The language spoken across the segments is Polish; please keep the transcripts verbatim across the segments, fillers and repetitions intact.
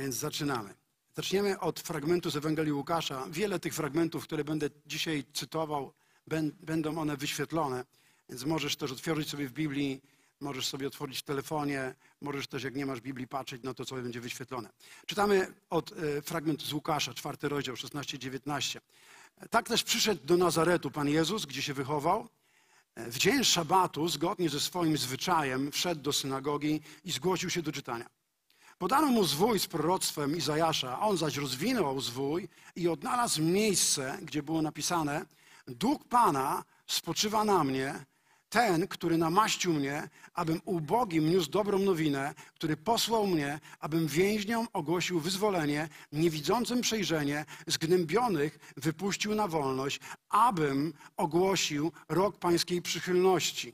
Więc zaczynamy. Zaczniemy od fragmentu z Ewangelii Łukasza. Wiele tych fragmentów, które będę dzisiaj cytował, będą one wyświetlone. Więc możesz też otworzyć sobie w Biblii, możesz sobie otworzyć w telefonie, możesz też, jak nie masz Biblii, patrzeć na to, co będzie wyświetlone. Czytamy od e, fragmentu z Łukasza, czwarty rozdział, szesnaście dziewiętnaście. Tak też przyszedł do Nazaretu Pan Jezus, gdzie się wychował. W dzień szabatu, zgodnie ze swoim zwyczajem, wszedł do synagogi i zgłosił się do czytania. Podano mu zwój z proroctwem Izajasza, a on zaś rozwinął zwój i odnalazł miejsce, gdzie było napisane: Duch Pana spoczywa na mnie, ten, który namaścił mnie, abym ubogim niósł dobrą nowinę, który posłał mnie, abym więźniom ogłosił wyzwolenie, niewidzącym przejrzenie, zgnębionych wypuścił na wolność, abym ogłosił rok pańskiej przychylności.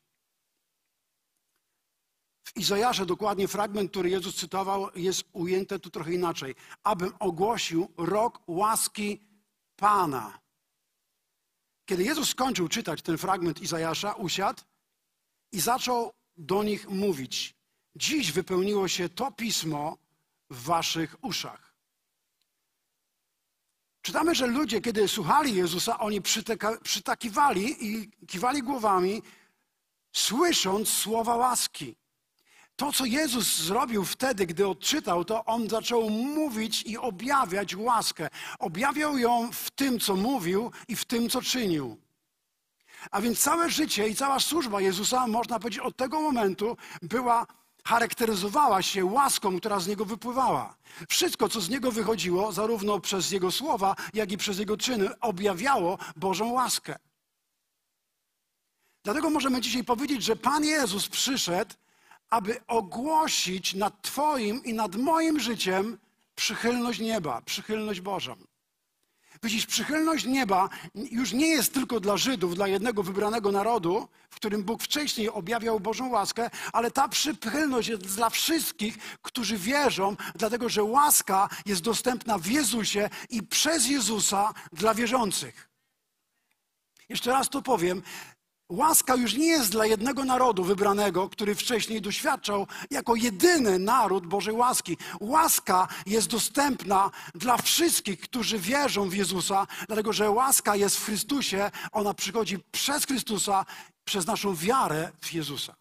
W Izajasza dokładnie fragment, który Jezus cytował, jest ujęty tu trochę inaczej. Abym ogłosił rok łaski Pana. Kiedy Jezus skończył czytać ten fragment Izajasza, usiadł i zaczął do nich mówić: dziś wypełniło się to pismo w waszych uszach. Czytamy, że ludzie, kiedy słuchali Jezusa, oni przytaka, przytakiwali i kiwali głowami, słysząc słowa łaski. To, co Jezus zrobił wtedy, gdy odczytał to, On zaczął mówić i objawiać łaskę. Objawiał ją w tym, co mówił i w tym, co czynił. A więc całe życie i cała służba Jezusa, można powiedzieć, od tego momentu była, charakteryzowała się łaską, która z Niego wypływała. Wszystko, co z Niego wychodziło, zarówno przez Jego słowa, jak i przez Jego czyny, objawiało Bożą łaskę. Dlatego możemy dzisiaj powiedzieć, że Pan Jezus przyszedł, aby ogłosić nad Twoim i nad moim życiem przychylność nieba, przychylność Bożą. Widzisz, przychylność nieba już nie jest tylko dla Żydów, dla jednego wybranego narodu, w którym Bóg wcześniej objawiał Bożą łaskę, ale ta przychylność jest dla wszystkich, którzy wierzą, dlatego że łaska jest dostępna w Jezusie i przez Jezusa dla wierzących. Jeszcze raz to powiem. Łaska już nie jest dla jednego narodu wybranego, który wcześniej doświadczał jako jedyny naród Bożej łaski. Łaska jest dostępna dla wszystkich, którzy wierzą w Jezusa, dlatego że łaska jest w Chrystusie, ona przychodzi przez Chrystusa, przez naszą wiarę w Jezusa.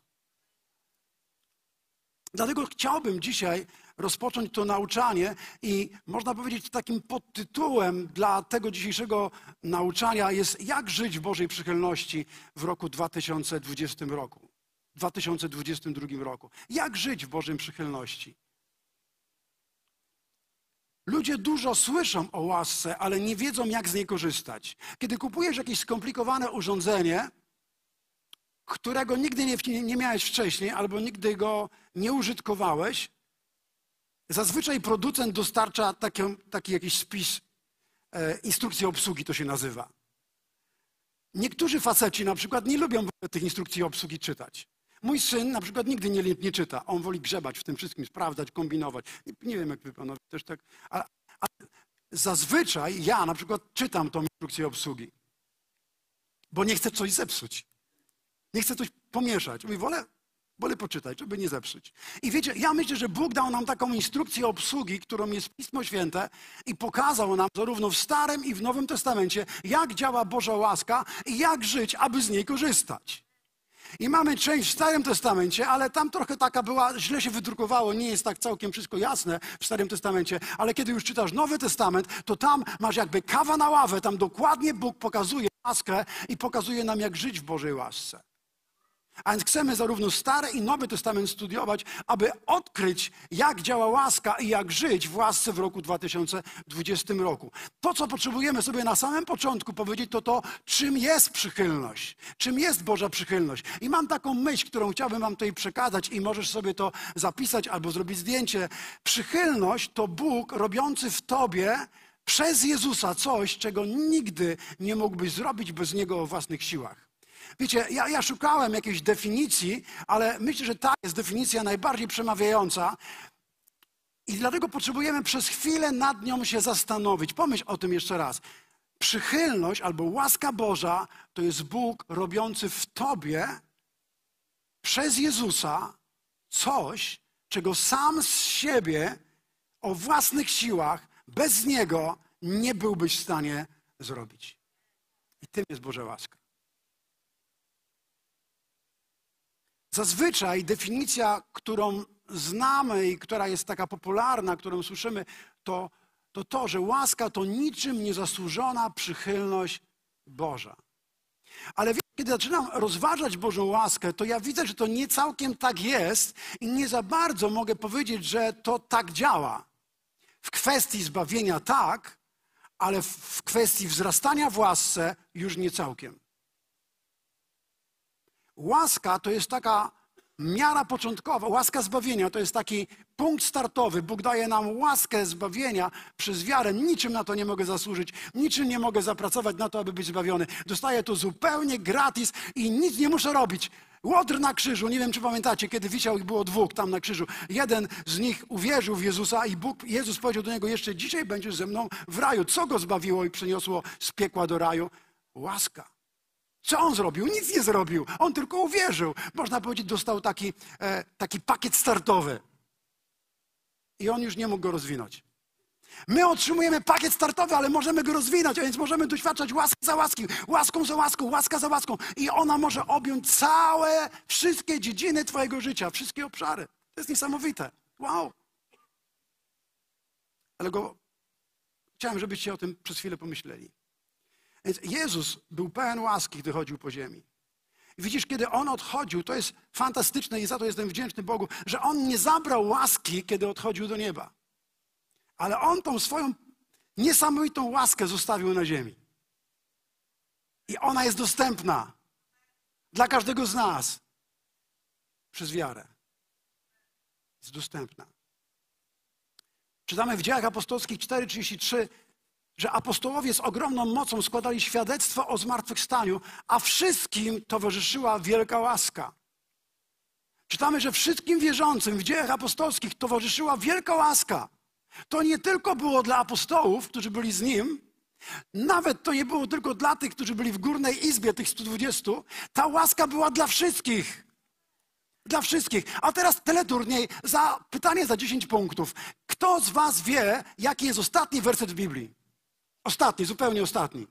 Dlatego chciałbym dzisiaj rozpocząć to nauczanie i można powiedzieć takim podtytułem dla tego dzisiejszego nauczania jest: jak żyć w Bożej przychylności w roku dwa tysiące dwudziestym roku, dwa tysiące dwudziestym drugim roku. Jak żyć w Bożej przychylności? Ludzie dużo słyszą o łasce, ale nie wiedzą, jak z niej korzystać. Kiedy kupujesz jakieś skomplikowane urządzenie, którego nigdy nie, nie miałeś wcześniej albo nigdy go nie użytkowałeś, zazwyczaj producent dostarcza taki, taki jakiś spis, e, instrukcji obsługi to się nazywa. Niektórzy faceci na przykład nie lubią tych instrukcji obsługi czytać. Mój syn na przykład nigdy nie, nie czyta. On woli grzebać w tym wszystkim, sprawdzać, kombinować. Nie, nie wiem, jak wy panowie też tak. Ale, ale zazwyczaj ja na przykład czytam tą instrukcję obsługi, bo nie chcę coś zepsuć. Nie chcę coś pomieszać. Mówię, wolę Wolę poczytać, żeby nie zepsuć. I wiecie, ja myślę, że Bóg dał nam taką instrukcję obsługi, którą jest Pismo Święte i pokazał nam zarówno w Starym i w Nowym Testamencie, jak działa Boża łaska i jak żyć, aby z niej korzystać. I mamy część w Starym Testamencie, ale tam trochę taka była, źle się wydrukowało, nie jest tak całkiem wszystko jasne w Starym Testamencie, ale kiedy już czytasz Nowy Testament, to tam masz jakby kawa na ławę, tam dokładnie Bóg pokazuje łaskę i pokazuje nam, jak żyć w Bożej łasce. A więc chcemy zarówno Stary i Nowy Testament studiować, aby odkryć, jak działa łaska i jak żyć w łasce w roku dwa tysiące dwudziestym roku. To, co potrzebujemy sobie na samym początku powiedzieć, to to, czym jest przychylność, czym jest Boża przychylność. I mam taką myśl, którą chciałbym wam tutaj przekazać i możesz sobie to zapisać albo zrobić zdjęcie. Przychylność to Bóg robiący w tobie przez Jezusa coś, czego nigdy nie mógłbyś zrobić bez Niego o własnych siłach. Wiecie, ja, ja szukałem jakiejś definicji, ale myślę, że ta jest definicja najbardziej przemawiająca i dlatego potrzebujemy przez chwilę nad nią się zastanowić. Pomyśl o tym jeszcze raz. Przychylność albo łaska Boża to jest Bóg robiący w tobie przez Jezusa coś, czego sam z siebie o własnych siłach, bez Niego nie byłbyś w stanie zrobić. I tym jest Boża łaska. Zazwyczaj definicja, którą znamy i która jest taka popularna, którą słyszymy, to to, to że łaska to niczym niezasłużona przychylność Boża. Ale kiedy zaczynam rozważać Bożą łaskę, to ja widzę, że to nie całkiem tak jest i nie za bardzo mogę powiedzieć, że to tak działa. W kwestii zbawienia tak, ale w kwestii wzrastania w łasce już nie całkiem. Łaska to jest taka miara początkowa, łaska zbawienia to jest taki punkt startowy. Bóg daje nam łaskę zbawienia przez wiarę. Niczym na to nie mogę zasłużyć, niczym nie mogę zapracować na to, aby być zbawiony. Dostaję to zupełnie gratis i nic nie muszę robić. Łotr na krzyżu, nie wiem czy pamiętacie, kiedy wisiał, ich było dwóch tam na krzyżu. Jeden z nich uwierzył w Jezusa i Bóg, Jezus powiedział do niego, jeszcze dzisiaj będziesz ze mną w raju. Co go zbawiło i przeniosło z piekła do raju? Łaska. Co on zrobił? Nic nie zrobił. On tylko uwierzył. Można powiedzieć, dostał taki, e, taki pakiet startowy. I on już nie mógł go rozwinąć. My otrzymujemy pakiet startowy, ale możemy go rozwinąć, a więc możemy doświadczać łaski za łaski, łaską za łaską, łaska za łaską. I ona może objąć całe, wszystkie dziedziny twojego życia, wszystkie obszary. To jest niesamowite. Wow. Ale go, chciałem, żebyście o tym przez chwilę pomyśleli. Więc Jezus był pełen łaski, gdy chodził po ziemi. I widzisz, kiedy On odchodził, to jest fantastyczne i za to jestem wdzięczny Bogu, że On nie zabrał łaski, kiedy odchodził do nieba. Ale On tą swoją niesamowitą łaskę zostawił na ziemi. I ona jest dostępna dla każdego z nas przez wiarę. Jest dostępna. Czytamy w Dziejach Apostolskich cztery trzydzieści trzy, że apostołowie z ogromną mocą składali świadectwo o zmartwychwstaniu, a wszystkim towarzyszyła wielka łaska. Czytamy, że wszystkim wierzącym w Dziejach Apostolskich towarzyszyła wielka łaska. To nie tylko było dla apostołów, którzy byli z Nim, nawet to nie było tylko dla tych, którzy byli w górnej izbie, tych stu dwudziestu. Ta łaska była dla wszystkich. Dla wszystkich. A teraz teleturniej za pytanie za dziesięć punktów. Kto z was wie, jaki jest ostatni werset w Biblii? Ostatni, zupełnie ostatni.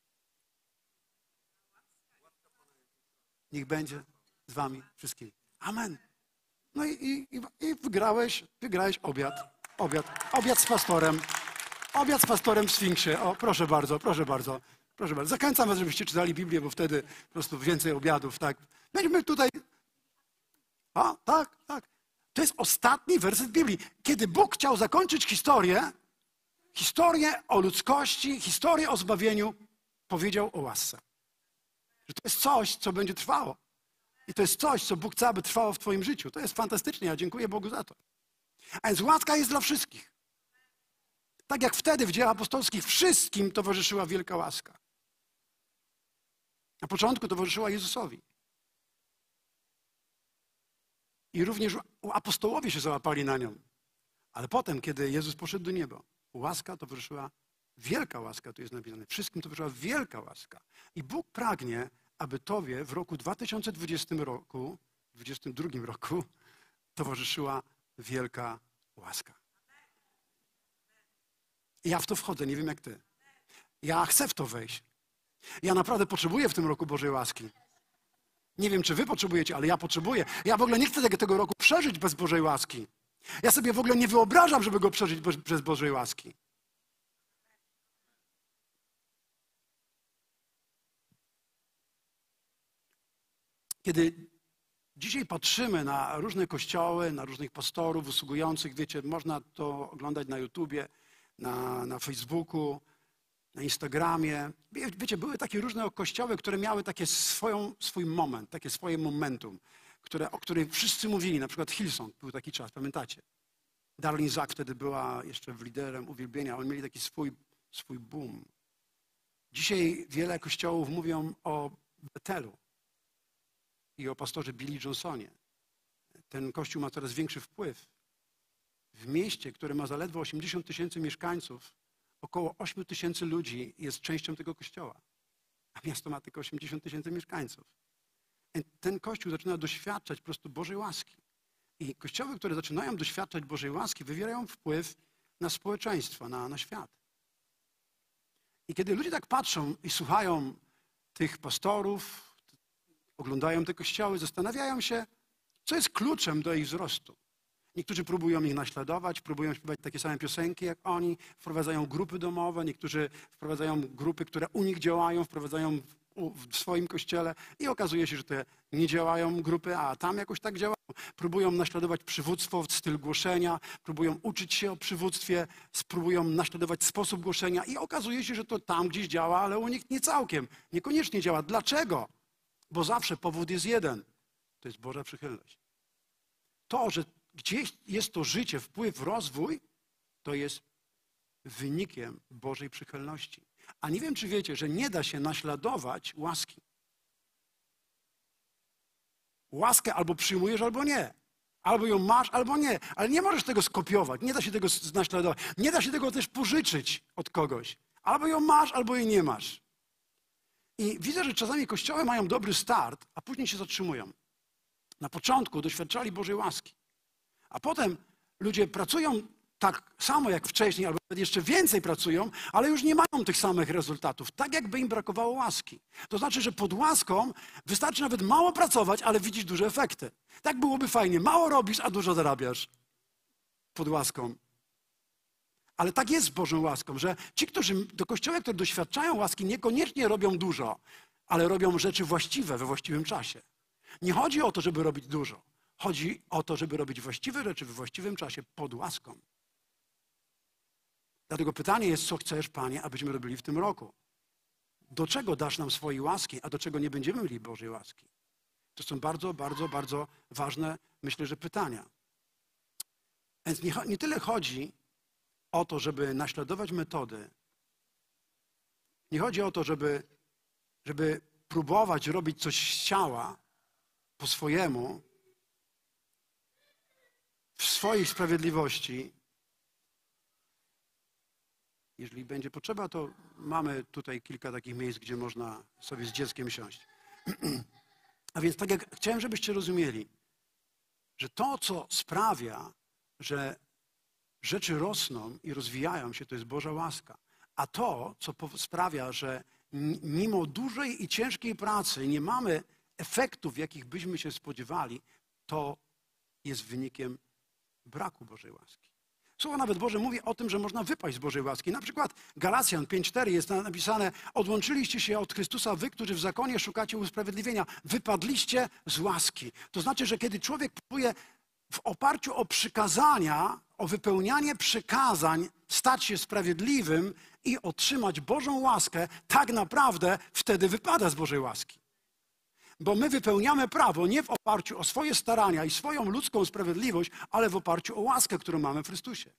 Niech będzie z wami wszystkimi. Amen. No i, i, i wygrałeś, wygrałeś obiad. Obiad. Obiad z pastorem. Obiad z pastorem w Sfinksie. O, proszę bardzo, proszę bardzo. Proszę bardzo. Zachęcam was, żebyście czytali Biblię, bo wtedy po prostu więcej obiadów, tak. Będziemy tutaj... A, tak, tak. To jest ostatni werset Biblii. Kiedy Bóg chciał zakończyć historię, historię o ludzkości, historię o zbawieniu, powiedział o łasce. Że to jest coś, co będzie trwało. I to jest coś, co Bóg chce, aby trwało w twoim życiu. To jest fantastyczne. Ja dziękuję Bogu za to. A więc łaska jest dla wszystkich. Tak jak wtedy w Dziejach Apostolskich wszystkim towarzyszyła wielka łaska. Na początku towarzyszyła Jezusowi. I również apostołowie się załapali na nią. Ale potem, kiedy Jezus poszedł do nieba, łaska towarzyszyła, wielka łaska, tu jest napisane, wszystkim towarzyszyła wielka łaska. I Bóg pragnie, aby tobie w roku dwa tysiące dwudziestym roku, dwudziestym drugim roku towarzyszyła wielka łaska. I ja w to wchodzę, nie wiem jak ty. Ja chcę w to wejść. Ja naprawdę potrzebuję w tym roku Bożej łaski. Nie wiem, czy wy potrzebujecie, ale ja potrzebuję. Ja w ogóle nie chcę tego, tego roku przeżyć bez Bożej łaski. Ja sobie w ogóle nie wyobrażam, żeby go przeżyć bez, bez Bożej łaski. Kiedy dzisiaj patrzymy na różne kościoły, na różnych pastorów usługujących, wiecie, można to oglądać na YouTubie, na, na Facebooku, na Instagramie. Wiecie, były takie różne kościoły, które miały takie swoją, swój moment, takie swoje momentum, które, o której wszyscy mówili. Na przykład Hillsong był taki czas, pamiętacie? Darlene Zschach wtedy była jeszcze liderem uwielbienia. Oni mieli taki swój, swój boom. Dzisiaj wiele kościołów mówią o Betelu i o pastorze Billy Johnsonie. Ten kościół ma coraz większy wpływ. W mieście, które ma zaledwo osiemdziesiąt tysięcy mieszkańców, około osiem tysięcy ludzi jest częścią tego kościoła. A miasto ma tylko osiemdziesiąt tysięcy mieszkańców. I ten kościół zaczyna doświadczać po prostu Bożej łaski. I kościoły, które zaczynają doświadczać Bożej łaski, wywierają wpływ na społeczeństwo, na, na świat. I kiedy ludzie tak patrzą i słuchają tych pastorów, oglądają te kościoły, zastanawiają się, co jest kluczem do ich wzrostu. Niektórzy próbują ich naśladować, próbują śpiewać takie same piosenki jak oni, wprowadzają grupy domowe, niektórzy wprowadzają grupy, które u nich działają, wprowadzają w, w swoim kościele i okazuje się, że te nie działają grupy, a tam jakoś tak działają. Próbują naśladować przywództwo, styl głoszenia, próbują uczyć się o przywództwie, spróbują naśladować sposób głoszenia i okazuje się, że to tam gdzieś działa, ale u nich nie całkiem, niekoniecznie działa. Dlaczego? Bo zawsze powód jest jeden. To jest Boża przychylność. To, że gdzieś jest to życie, wpływ, rozwój, to jest wynikiem Bożej przychylności. A nie wiem, czy wiecie, że nie da się naśladować łaski. Łaskę albo przyjmujesz, albo nie. Albo ją masz, albo nie. Ale nie możesz tego skopiować, nie da się tego naśladować. Nie da się tego też pożyczyć od kogoś. Albo ją masz, albo jej nie masz. I widzę, że czasami kościoły mają dobry start, a później się zatrzymują. Na początku doświadczali Bożej łaski. A potem ludzie pracują tak samo jak wcześniej, albo jeszcze więcej pracują, ale już nie mają tych samych rezultatów. Tak jakby im brakowało łaski. To znaczy, że pod łaską wystarczy nawet mało pracować, ale widzisz duże efekty. Tak byłoby fajnie. Mało robisz, a dużo zarabiasz. Pod łaską. Ale tak jest z Bożą łaską, że ci, którzy do kościoła, które doświadczają łaski, niekoniecznie robią dużo, ale robią rzeczy właściwe we właściwym czasie. Nie chodzi o to, żeby robić dużo. Chodzi o to, żeby robić właściwe rzeczy we właściwym czasie pod łaską. Dlatego pytanie jest, co chcesz, Panie, abyśmy robili w tym roku? Do czego dasz nam swojej łaski, a do czego nie będziemy mieli Bożej łaski? To są bardzo, bardzo, bardzo ważne, myślę, że pytania. Więc nie, nie tyle chodzi o to, żeby naśladować metody. Nie chodzi o to, żeby, żeby próbować robić coś z ciała po swojemu, w swojej sprawiedliwości. Jeżeli będzie potrzeba, to mamy tutaj kilka takich miejsc, gdzie można sobie z dzieckiem siąść. A więc tak jak chciałem, żebyście rozumieli, że to, co sprawia, że rzeczy rosną i rozwijają się, to jest Boża łaska. A to, co sprawia, że mimo dużej i ciężkiej pracy nie mamy efektów, jakich byśmy się spodziewali, to jest wynikiem braku Bożej łaski. Słowo nawet Boże mówi o tym, że można wypaść z Bożej łaski. Na przykład Galacjan pięć cztery jest napisane: odłączyliście się od Chrystusa wy, którzy w zakonie szukacie usprawiedliwienia. Wypadliście z łaski. To znaczy, że kiedy człowiek próbuje w oparciu o przykazania, o wypełnianie przykazań stać się sprawiedliwym i otrzymać Bożą łaskę, tak naprawdę wtedy wypada z Bożej łaski. Bo my wypełniamy prawo nie w oparciu o swoje starania i swoją ludzką sprawiedliwość, ale w oparciu o łaskę, którą mamy w Chrystusie.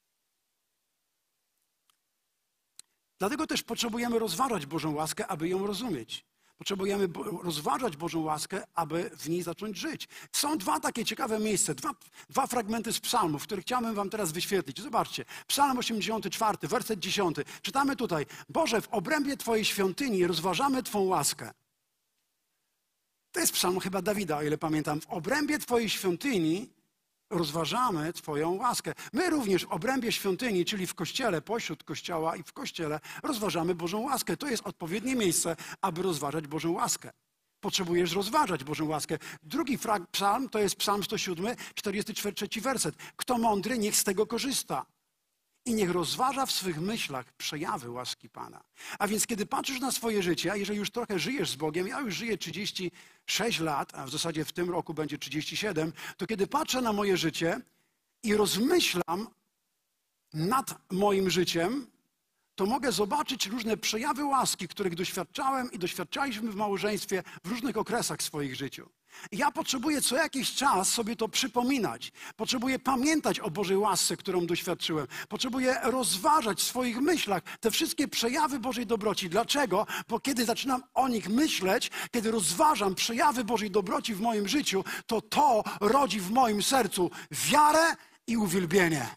Dlatego też potrzebujemy rozważać Bożą łaskę, aby ją rozumieć. Potrzebujemy rozważać Bożą łaskę, aby w niej zacząć żyć. Są dwa takie ciekawe miejsca, dwa, dwa fragmenty z psalmów, które chciałbym wam teraz wyświetlić. Zobaczcie, psalm osiemdziesiąty czwarty, werset dziesiąty. Czytamy tutaj: Boże, w obrębie Twojej świątyni rozważamy Twą łaskę. To jest psalm chyba Dawida, o ile pamiętam. W obrębie Twojej świątyni rozważamy Twoją łaskę. My również w obrębie świątyni, czyli w kościele, pośród kościoła i w kościele, rozważamy Bożą łaskę. To jest odpowiednie miejsce, aby rozważać Bożą łaskę. Potrzebujesz rozważać Bożą łaskę. Drugi psalm to jest psalm sto siedem, czterdziesty trzeci werset. Kto mądry, niech z tego korzysta. I niech rozważa w swych myślach przejawy łaski Pana. A więc kiedy patrzysz na swoje życie, a jeżeli już trochę żyjesz z Bogiem, ja już żyję trzydzieści sześć lat, a w zasadzie w tym roku będzie trzydzieści siedem, to kiedy patrzę na moje życie i rozmyślam nad moim życiem, to mogę zobaczyć różne przejawy łaski, których doświadczałem i doświadczaliśmy w małżeństwie w różnych okresach swoich życiu. I ja potrzebuję co jakiś czas sobie to przypominać. Potrzebuję pamiętać o Bożej łasce, którą doświadczyłem. Potrzebuję rozważać w swoich myślach te wszystkie przejawy Bożej dobroci. Dlaczego? Bo kiedy zaczynam o nich myśleć, kiedy rozważam przejawy Bożej dobroci w moim życiu, to to rodzi w moim sercu wiarę i uwielbienie.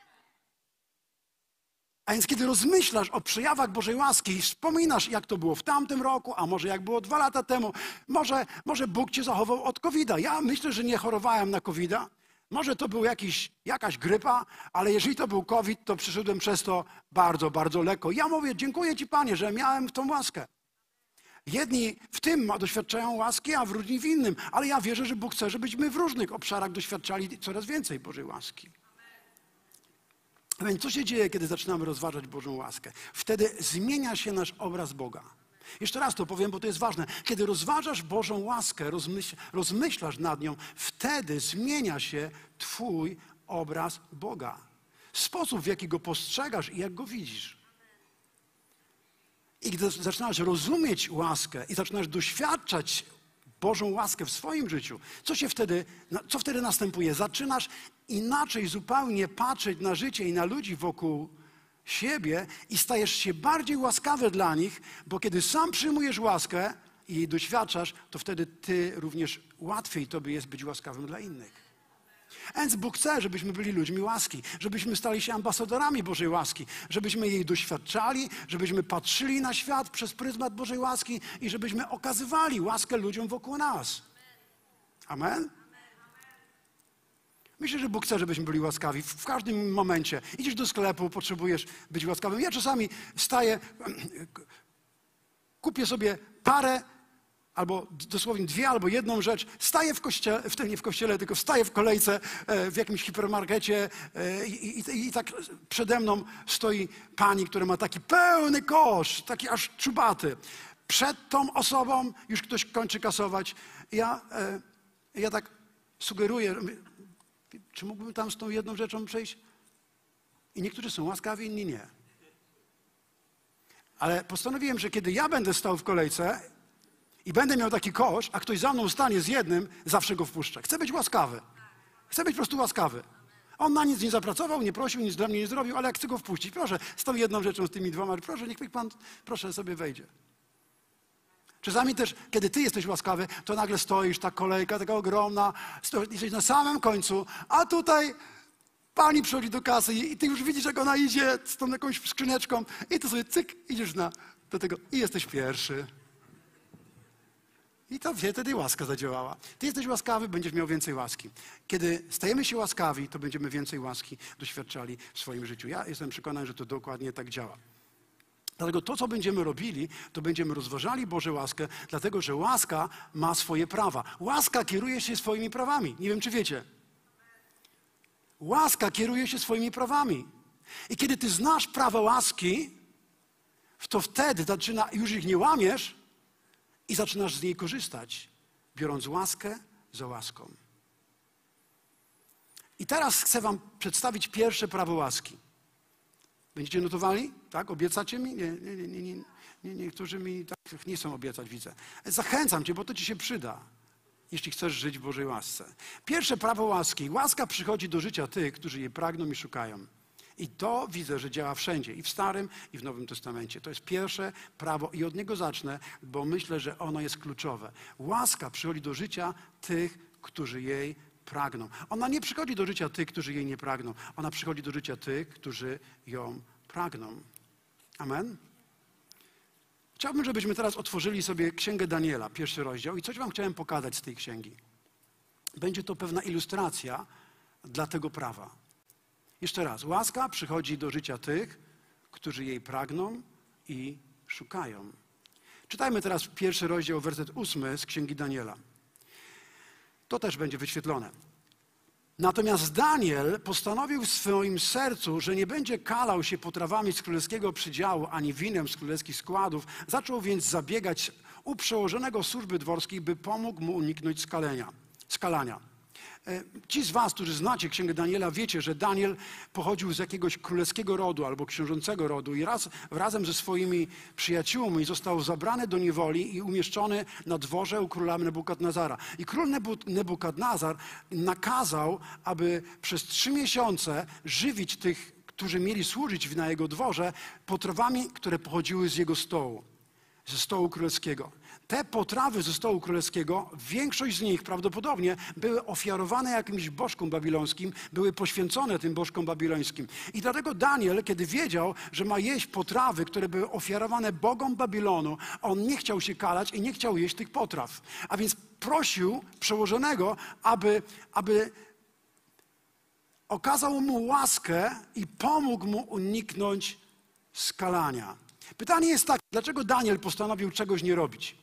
A więc kiedy rozmyślasz o przejawach Bożej łaski i wspominasz, jak to było w tamtym roku, a może jak było dwa lata temu, może, może Bóg cię zachował od kowida. Ja myślę, że nie chorowałem na kowida, Może to był jakiś, jakaś grypa, ale jeżeli to był COVID, to przyszedłem przez to bardzo, bardzo lekko. Ja mówię, dziękuję Ci, Panie, że miałem tą łaskę. Jedni w tym doświadczają łaski, a drudzy w innym. Ale ja wierzę, że Bóg chce, żebyśmy w różnych obszarach doświadczali coraz więcej Bożej łaski. A więc co się dzieje, kiedy zaczynamy rozważać Bożą łaskę? Wtedy zmienia się nasz obraz Boga. Jeszcze raz to powiem, bo to jest ważne. Kiedy rozważasz Bożą łaskę, rozmyśl, rozmyślasz nad nią, wtedy zmienia się Twój obraz Boga. Sposób, w jaki Go postrzegasz i jak Go widzisz. I gdy zaczynasz rozumieć łaskę i zaczynasz doświadczać Bożą łaskę w swoim życiu, co się wtedy, co wtedy następuje? Zaczynasz inaczej zupełnie patrzeć na życie i na ludzi wokół siebie i stajesz się bardziej łaskawy dla nich, bo kiedy sam przyjmujesz łaskę i jej doświadczasz, to wtedy ty również łatwiej tobie jest być łaskawym dla innych. A więc Bóg chce, żebyśmy byli ludźmi łaski, żebyśmy stali się ambasadorami Bożej łaski, żebyśmy jej doświadczali, żebyśmy patrzyli na świat przez pryzmat Bożej łaski i żebyśmy okazywali łaskę ludziom wokół nas. Amen? Myślę, że Bóg chce, żebyśmy byli łaskawi w każdym momencie. Idziesz do sklepu, potrzebujesz być łaskawym. Ja czasami staję, kupię sobie parę, albo dosłownie dwie, albo jedną rzecz, staję w kościele, w tym nie w kościele, tylko staję w kolejce w jakimś hipermarkecie i, i, i tak przede mną stoi pani, która ma taki pełny kosz, taki aż czubaty. Przed tą osobą już ktoś kończy kasować. Ja, ja tak sugeruję, czy mógłbym tam z tą jedną rzeczą przejść? I niektórzy są łaskawi, inni nie. Ale postanowiłem, że kiedy ja będę stał w kolejce i będę miał taki kosz, a ktoś za mną stanie z jednym, zawsze go wpuszczę. Chcę być łaskawy. Chcę być po prostu łaskawy. On na nic nie zapracował, nie prosił, nic dla mnie nie zrobił, ale jak chcę go wpuścić, proszę, z tą jedną rzeczą, z tymi dwoma, proszę, niech pan, proszę, sobie wejdzie. Czasami też, kiedy ty jesteś łaskawy, to nagle stoisz, ta kolejka taka ogromna, stoisz, jesteś na samym końcu, a tutaj pani przychodzi do kasy i ty już widzisz, jak ona idzie z tą jakąś skrzyneczką i ty sobie cyk, idziesz na, do tego i jesteś pierwszy. I to wtedy łaska zadziałała. Ty jesteś łaskawy, będziesz miał więcej łaski. Kiedy stajemy się łaskawi, to będziemy więcej łaski doświadczali w swoim życiu. Ja jestem przekonany, że to dokładnie tak działa. Dlatego to, co będziemy robili, to będziemy rozważali Bożą łaskę, dlatego że łaska ma swoje prawa. Łaska kieruje się swoimi prawami. Nie wiem, czy wiecie. Łaska kieruje się swoimi prawami. I kiedy ty znasz prawa łaski, to wtedy zaczyna, już ich nie łamiesz i zaczynasz z niej korzystać, biorąc łaskę za łaską. I teraz chcę wam przedstawić pierwsze prawo łaski. Będziecie notowali? Tak? Obiecacie mi? Nie, nie, nie, nie, nie, niektórzy mi tak nie chcą obiecać, widzę. Zachęcam cię, bo to ci się przyda, jeśli chcesz żyć w Bożej łasce. Pierwsze prawo łaski. Łaska przychodzi do życia tych, którzy jej pragną i szukają. I to widzę, że działa wszędzie, i w Starym, i w Nowym Testamencie. To jest pierwsze prawo i od niego zacznę, bo myślę, że ono jest kluczowe. Łaska przychodzi do życia tych, którzy jej pragną. Ona nie przychodzi do życia tych, którzy jej nie pragną. Ona przychodzi do życia tych, którzy ją pragną. Amen? Chciałbym, żebyśmy teraz otworzyli sobie Księgę Daniela, pierwszy rozdział, i coś wam chciałem pokazać z tej księgi. Będzie to pewna ilustracja dla tego prawa. Jeszcze raz, łaska przychodzi do życia tych, którzy jej pragną i szukają. Czytajmy teraz pierwszy rozdział, werset ósmy z Księgi Daniela. To też będzie wyświetlone. Natomiast Daniel postanowił w swoim sercu, że nie będzie kalał się potrawami z królewskiego przydziału, ani winem z królewskich składów. Zaczął więc zabiegać u przełożonego służby dworskiej, by pomógł mu uniknąć skalenia, skalania. Ci z was, którzy znacie Księgę Daniela, wiecie, że Daniel pochodził z jakiegoś królewskiego rodu albo książęcego rodu i raz, razem ze swoimi przyjaciółmi został zabrany do niewoli i umieszczony na dworze u króla Nebukadnezara. I król Nebukadnezar nakazał, aby przez trzy miesiące żywić tych, którzy mieli służyć na jego dworze, potrawami, które pochodziły z jego stołu, ze stołu królewskiego. Te potrawy ze stołu królewskiego, większość z nich prawdopodobnie były ofiarowane jakimś bożkom babilońskim, były poświęcone tym bożkom babilońskim. I dlatego Daniel, kiedy wiedział, że ma jeść potrawy, które były ofiarowane bogom Babilonu, on nie chciał się kalać i nie chciał jeść tych potraw. A więc prosił przełożonego, aby, aby okazał mu łaskę i pomógł mu uniknąć skalania. Pytanie jest takie, dlaczego Daniel postanowił czegoś nie robić?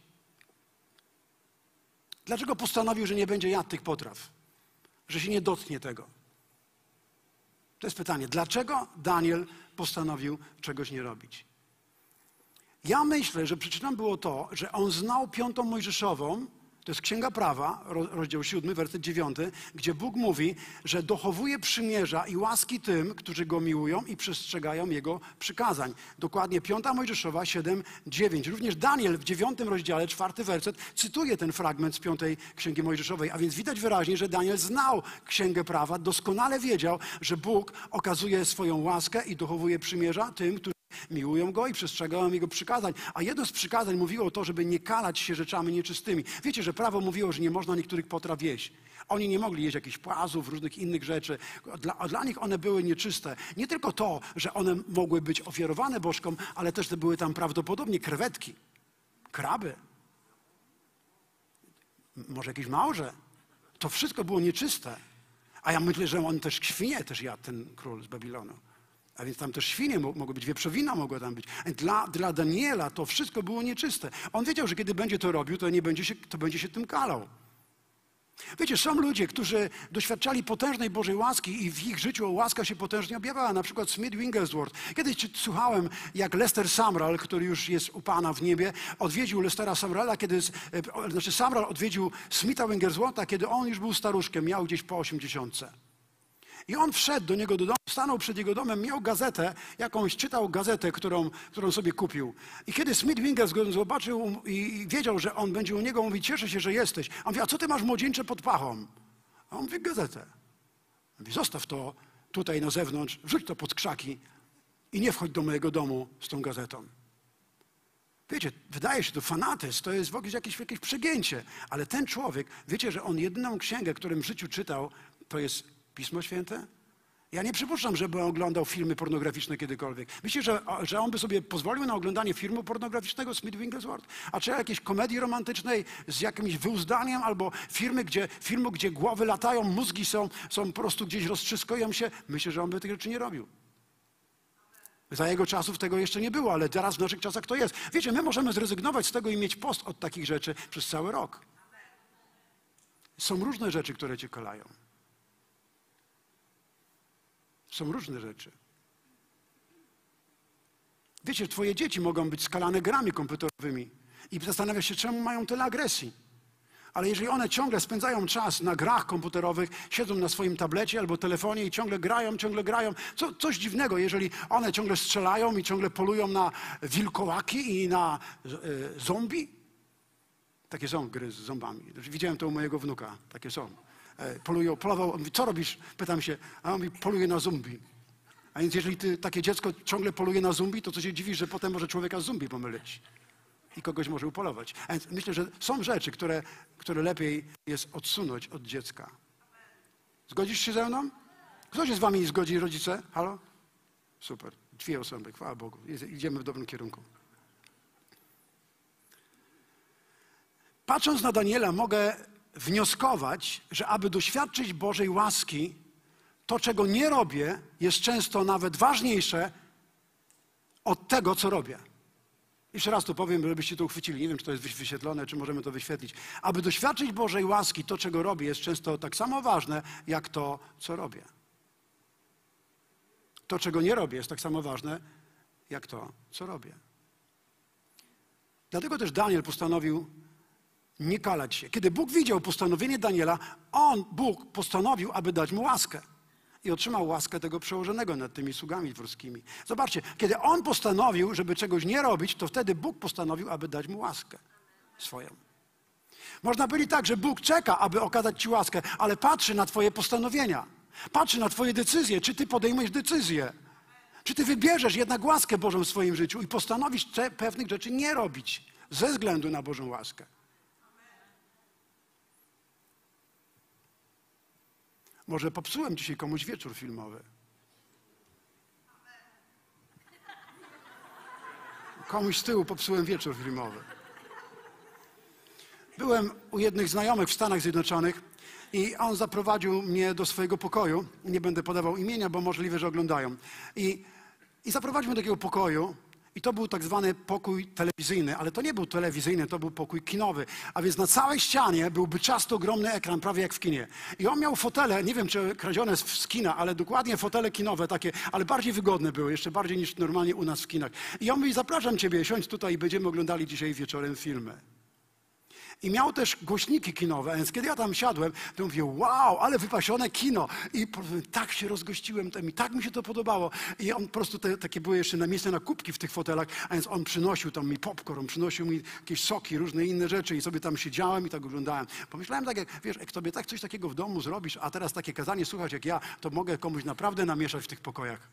Dlaczego postanowił, że nie będzie jadł tych potraw? Że się nie dotknie tego? To jest pytanie. Dlaczego Daniel postanowił czegoś nie robić? Ja myślę, że przyczyną było to, że on znał piątą Mojżeszową, to jest Księga Prawa, rozdział siódmy, werset dziewiąty, gdzie Bóg mówi, że dochowuje przymierza i łaski tym, którzy Go miłują i przestrzegają Jego przykazań. Dokładnie piąta Mojżeszowa, siedem, dziewięć. Również Daniel w dziewiątym rozdziale, czwarty werset, cytuje ten fragment z piątej Księgi Mojżeszowej. A więc widać wyraźnie, że Daniel znał Księgę Prawa, doskonale wiedział, że Bóg okazuje swoją łaskę i dochowuje przymierza tym, którzy miłują Go i przestrzegają Jego przykazań. A jedno z przykazań mówiło o to, żeby nie kalać się rzeczami nieczystymi. Wiecie, że prawo mówiło, że nie można niektórych potraw jeść. Oni nie mogli jeść jakichś płazów, różnych innych rzeczy. Dla, dla nich one były nieczyste. Nie tylko to, że one mogły być ofiarowane bożkom, ale też były tam prawdopodobnie krewetki, kraby, może jakieś małże. To wszystko było nieczyste. A ja myślę, że on też świnie też jadł, ten król z Babilonu. A więc tam też świnie mogły być, wieprzowina mogła tam być. Dla, dla Daniela to wszystko było nieczyste. On wiedział, że kiedy będzie to robił, to, nie będzie się, to będzie się tym kalał. Wiecie, są ludzie, którzy doświadczali potężnej Bożej łaski i w ich życiu łaska się potężnie objawała. Na przykład Smith Wigglesworth. Kiedyś słuchałem, jak Lester Sumrall, który już jest u Pana w niebie, odwiedził Lestera Sumralla, kiedy, znaczy Sumrall odwiedził Smitha Wiggleswortha, kiedy on już był staruszkiem, miał gdzieś po osiemdziesiątce. I on wszedł do niego do domu, stanął przed jego domem, miał gazetę, jakąś, czytał gazetę, którą, którą sobie kupił. I kiedy Smith Wigglesworth go zobaczył i wiedział, że on będzie u niego, mówi, cieszę się, że jesteś. A on mówi, a co ty masz młodzieńcze pod pachą? A on mówi, gazetę. On mówi, zostaw to tutaj na zewnątrz, wrzuć to pod krzaki i nie wchodź do mojego domu z tą gazetą. Wiecie, wydaje się to fanatyzm, to jest w ogóle jakieś, jakieś przegięcie. Ale ten człowiek, wiecie, że on jedyną księgę, którą w życiu czytał, to jest Pismo Święte? Ja nie przypuszczam, żeby oglądał filmy pornograficzne kiedykolwiek. Myślicie, że, że on by sobie pozwolił na oglądanie filmu pornograficznego Smith Wigglesworth? A czy jakiejś komedii romantycznej z jakimś wyuzdaniem albo filmy, gdzie, filmu, gdzie głowy latają, mózgi są, są po prostu gdzieś roztrzyskują się? Myślę, że on by tych rzeczy nie robił. Za jego czasów tego jeszcze nie było, ale teraz w naszych czasach to jest. Wiecie, my możemy zrezygnować z tego i mieć post od takich rzeczy przez cały rok. Są różne rzeczy, które cię kalają. Są różne rzeczy. Wiecie, twoje dzieci mogą być skalane grami komputerowymi i zastanawiasz się, czemu mają tyle agresji. Ale jeżeli one ciągle spędzają czas na grach komputerowych, siedzą na swoim tablecie albo telefonie i ciągle grają, ciągle grają, co, coś dziwnego, jeżeli one ciągle strzelają i ciągle polują na wilkołaki i na e, zombie. Takie są gry z zombami. Widziałem to u mojego wnuka. Takie są. Polują, polował, on mówi, co robisz? Pytam się, a on mówi, poluje na zombie. A więc jeżeli ty, takie dziecko ciągle poluje na zombie, to co się dziwisz, że potem może człowieka z zombie pomylić i kogoś może upolować. A więc myślę, że są rzeczy, które, które lepiej jest odsunąć od dziecka. Zgodzisz się ze mną? Kto się z wami zgodzi, rodzice? Halo? Super. Dwie osoby, chwała Bogu. Idziemy w dobrym kierunku. Patrząc na Daniela, mogę wnioskować, że aby doświadczyć Bożej łaski, to, czego nie robię, jest często nawet ważniejsze od tego, co robię. Jeszcze raz to powiem, żebyście to uchwycili. Nie wiem, czy to jest wyświetlone, czy możemy to wyświetlić. Aby doświadczyć Bożej łaski, to, czego robię, jest często tak samo ważne, jak to, co robię. To, czego nie robię, jest tak samo ważne, jak to, co robię. Dlatego też Daniel postanowił nie kalać się. Kiedy Bóg widział postanowienie Daniela, on, Bóg, postanowił, aby dać mu łaskę. I otrzymał łaskę tego przełożonego nad tymi sługami dworskimi. Zobaczcie, kiedy on postanowił, żeby czegoś nie robić, to wtedy Bóg postanowił, aby dać mu łaskę swoją. Można powiedzieć tak, że Bóg czeka, aby okazać ci łaskę, ale patrzy na twoje postanowienia. Patrzy na twoje decyzje. Czy ty podejmujesz decyzję? Czy ty wybierzesz jednak łaskę Bożą w swoim życiu i postanowisz pewnych rzeczy nie robić ze względu na Bożą łaskę? Może popsułem dzisiaj komuś wieczór filmowy. Komuś z tyłu popsułem wieczór filmowy. Byłem u jednych znajomych w Stanach Zjednoczonych I on zaprowadził mnie do swojego pokoju. Nie będę podawał imienia, bo możliwe, że oglądają. I, i zaprowadził mnie do takiego pokoju. I to był tak zwany pokój telewizyjny, ale to nie był telewizyjny, to był pokój kinowy. A więc na całej ścianie był byczasty, ogromny ekran, prawie jak w kinie. I on miał fotele, nie wiem czy kradzione z kina, ale dokładnie fotele kinowe takie, ale bardziej wygodne były, jeszcze bardziej niż normalnie u nas w kinach. I on mówi, zapraszam ciebie, siądź tutaj i będziemy oglądali dzisiaj wieczorem filmy. I miał też głośniki kinowe, więc kiedy ja tam siadłem, to mówię, wow, ale wypasione kino. I tak się rozgościłem tym i tak mi się to podobało. I on po prostu, te, takie były jeszcze namiestne na kubki w tych fotelach, a więc on przynosił tam mi popcorn, on przynosił mi jakieś soki, różne inne rzeczy i sobie tam siedziałem i tak oglądałem. Pomyślałem tak, jak wiesz, jak tobie tak coś takiego w domu zrobisz, a teraz takie kazanie słuchać jak ja, to mogę komuś naprawdę namieszać w tych pokojach.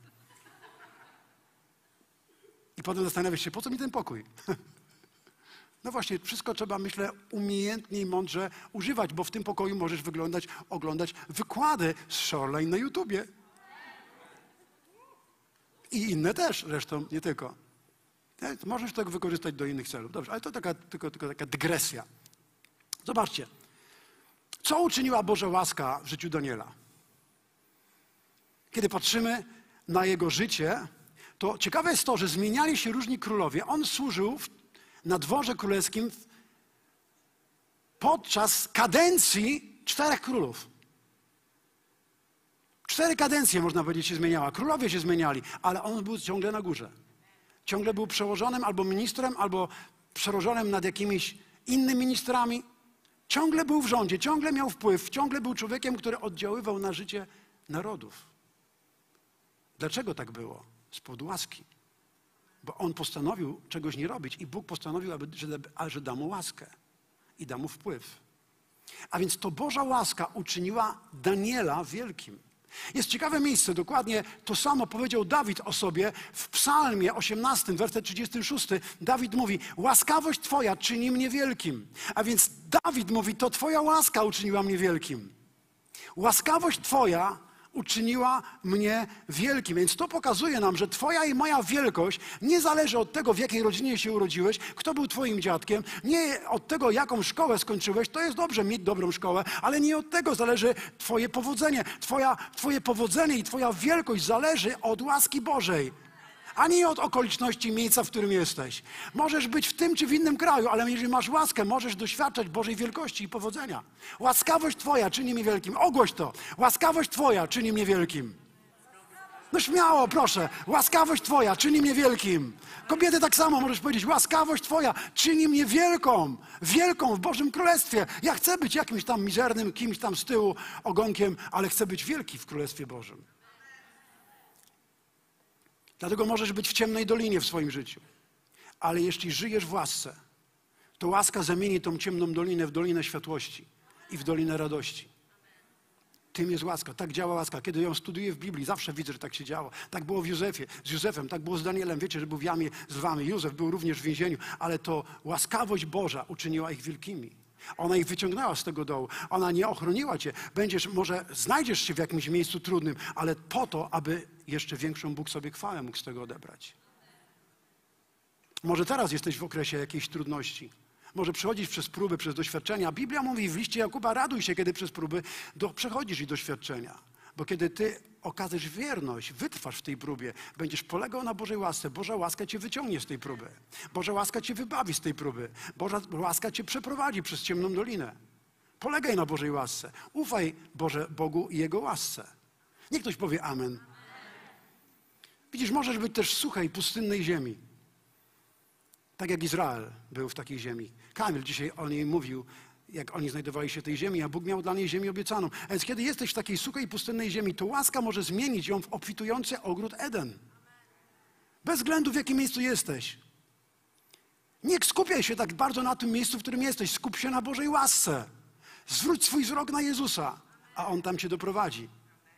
I potem zastanawiać się, po co mi ten pokój? No właśnie, wszystko trzeba, myślę, umiejętnie i mądrze używać, bo w tym pokoju możesz wyglądać, oglądać wykłady z Shoreline na YouTubie. I inne też, zresztą, nie tylko. Możesz to wykorzystać do innych celów. Dobrze, ale to taka, tylko, tylko taka dygresja. Zobaczcie, co uczyniła Boża łaska w życiu Daniela? Kiedy patrzymy na jego życie, to ciekawe jest to, że zmieniali się różni królowie. On służył w na dworze królewskim podczas kadencji czterech królów. Cztery kadencje, można powiedzieć, się zmieniała. Królowie się zmieniali, ale on był ciągle na górze. Ciągle był przełożonym albo ministrem, albo przełożonym nad jakimiś innymi ministrami. Ciągle był w rządzie, ciągle miał wpływ, ciągle był człowiekiem, który oddziaływał na życie narodów. Dlaczego tak było? Z powodu łaski. Bo on postanowił czegoś nie robić i Bóg postanowił, aby, że, że da mu łaskę i da mu wpływ. A więc to Boża łaska uczyniła Daniela wielkim. Jest ciekawe miejsce, dokładnie to samo powiedział Dawid o sobie w Psalmie osiemnastym, werset trzydziesty szósty. Dawid mówi, łaskawość Twoja czyni mnie wielkim. A więc Dawid mówi, to Twoja łaska uczyniła mnie wielkim. Łaskawość Twoja uczyniła mnie wielkim. Więc to pokazuje nam, że Twoja i moja wielkość nie zależy od tego, w jakiej rodzinie się urodziłeś, kto był Twoim dziadkiem, nie od tego, jaką szkołę skończyłeś. To jest dobrze mieć dobrą szkołę, ale nie od tego zależy Twoje powodzenie. Twoja, twoje powodzenie i Twoja wielkość zależy od łaski Bożej, a nie od okoliczności miejsca, w którym jesteś. Możesz być w tym czy w innym kraju, ale jeżeli masz łaskę, możesz doświadczać Bożej wielkości i powodzenia. Łaskawość Twoja czyni mnie wielkim. Ogłoś to. Łaskawość Twoja czyni mnie wielkim. No śmiało, proszę. Łaskawość Twoja czyni mnie wielkim. Kobiety tak samo możesz powiedzieć. Łaskawość Twoja czyni mnie wielką. Wielką w Bożym Królestwie. Ja chcę być jakimś tam mizernym, kimś tam z tyłu, ogonkiem, ale chcę być wielki w Królestwie Bożym. Dlatego możesz być w ciemnej dolinie w swoim życiu. Ale jeśli żyjesz w łasce, to łaska zamieni tą ciemną dolinę w dolinę światłości i w dolinę radości. Tym jest łaska. Tak działa łaska. Kiedy ją studiuję w Biblii, zawsze widzę, że tak się działo. Tak było w Józefie, z Józefem, tak było z Danielem. Wiecie, że był w jamie z lwami. Józef był również w więzieniu, ale to łaskawość Boża uczyniła ich wielkimi. Ona ich wyciągnęła z tego dołu. Ona nie ochroniła cię. Będziesz, może znajdziesz się w jakimś miejscu trudnym, ale po to, aby jeszcze większą Bóg sobie chwałę mógł z tego odebrać. Może teraz jesteś w okresie jakiejś trudności. Może przechodzisz przez próby, przez doświadczenia. Biblia mówi w liście Jakuba, raduj się, kiedy przez próby do, przechodzisz i doświadczenia. Bo kiedy ty okażesz wierność, wytrwasz w tej próbie, będziesz polegał na Bożej łasce. Boża łaska cię wyciągnie z tej próby. Boża łaska cię wybawi z tej próby. Boża łaska cię przeprowadzi przez ciemną dolinę. Polegaj na Bożej łasce. Ufaj Boże, Bogu i Jego łasce. Niech ktoś powie amen. Widzisz, możesz być też w suchej, pustynnej ziemi. Tak jak Izrael był w takiej ziemi. Kamil dzisiaj o niej mówił, jak oni znajdowali się w tej ziemi, a Bóg miał dla niej ziemię obiecaną. A więc kiedy jesteś w takiej suchej, pustynnej ziemi, to łaska może zmienić ją w obfitujący ogród Eden. Bez względu, w jakim miejscu jesteś. Nie skupiaj się tak bardzo na tym miejscu, w którym jesteś. Skup się na Bożej łasce. Zwróć swój wzrok na Jezusa, a On tam cię doprowadzi.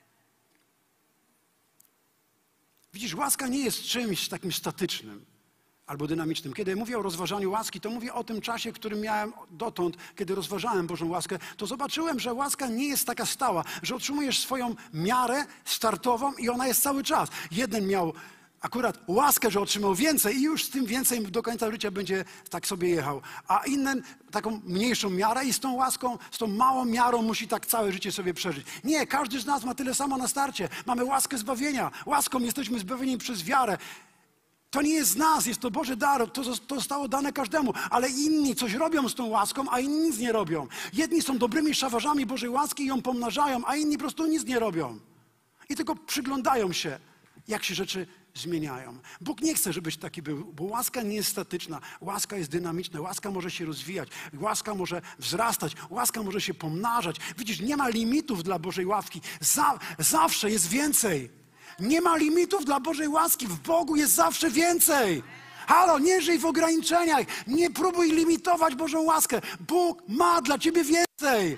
Widzisz, łaska nie jest czymś takim statycznym albo dynamicznym. Kiedy mówię o rozważaniu łaski, to mówię o tym czasie, którym miałem dotąd, kiedy rozważałem Bożą łaskę, to zobaczyłem, że łaska nie jest taka stała, że otrzymujesz swoją miarę startową i ona jest cały czas. Jeden miał akurat łaskę, że otrzymał więcej i już z tym więcej do końca życia będzie tak sobie jechał. A inny taką mniejszą miarę i z tą łaską, z tą małą miarą musi tak całe życie sobie przeżyć. Nie, każdy z nas ma tyle samo na starcie. Mamy łaskę zbawienia. Łaską jesteśmy zbawieni przez wiarę. To nie jest z nas, jest to Boży dar, to, to zostało dane każdemu, ale inni coś robią z tą łaską, a inni nic nie robią. Jedni są dobrymi szawarzami Bożej łaski i ją pomnażają, a inni po prostu nic nie robią. I tylko przyglądają się, jak się rzeczy zmieniają. Bóg nie chce, żebyś taki był, bo łaska nie jest statyczna, łaska jest dynamiczna, łaska może się rozwijać, łaska może wzrastać, łaska może się pomnażać. Widzisz, nie ma limitów dla Bożej łaski, Za, zawsze jest więcej. Nie ma limitów dla Bożej łaski, w Bogu jest zawsze więcej. Halo, nie żyj w ograniczeniach, nie próbuj limitować Bożą łaskę. Bóg ma dla ciebie więcej.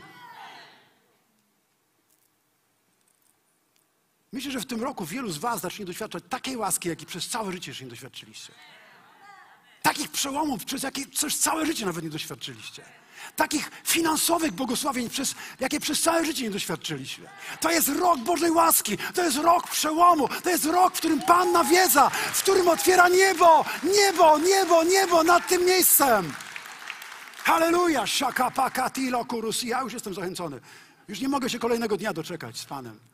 Myślę, że w tym roku wielu z was zacznie doświadczać takiej łaski, jakiej przez całe życie jeszcze nie doświadczyliście. Takich przełomów, przez jakie przez całe życie nawet nie doświadczyliście. Takich finansowych błogosławień, przez, jakie przez całe życie nie doświadczyliście. To jest rok Bożej łaski, to jest rok przełomu, to jest rok, w którym Pan nawiedza, w którym otwiera niebo, niebo, niebo, niebo nad tym miejscem. Halleluja! Shaka, paka, tilo, kurus. Ja już jestem zachęcony. Już nie mogę się kolejnego dnia doczekać z Panem.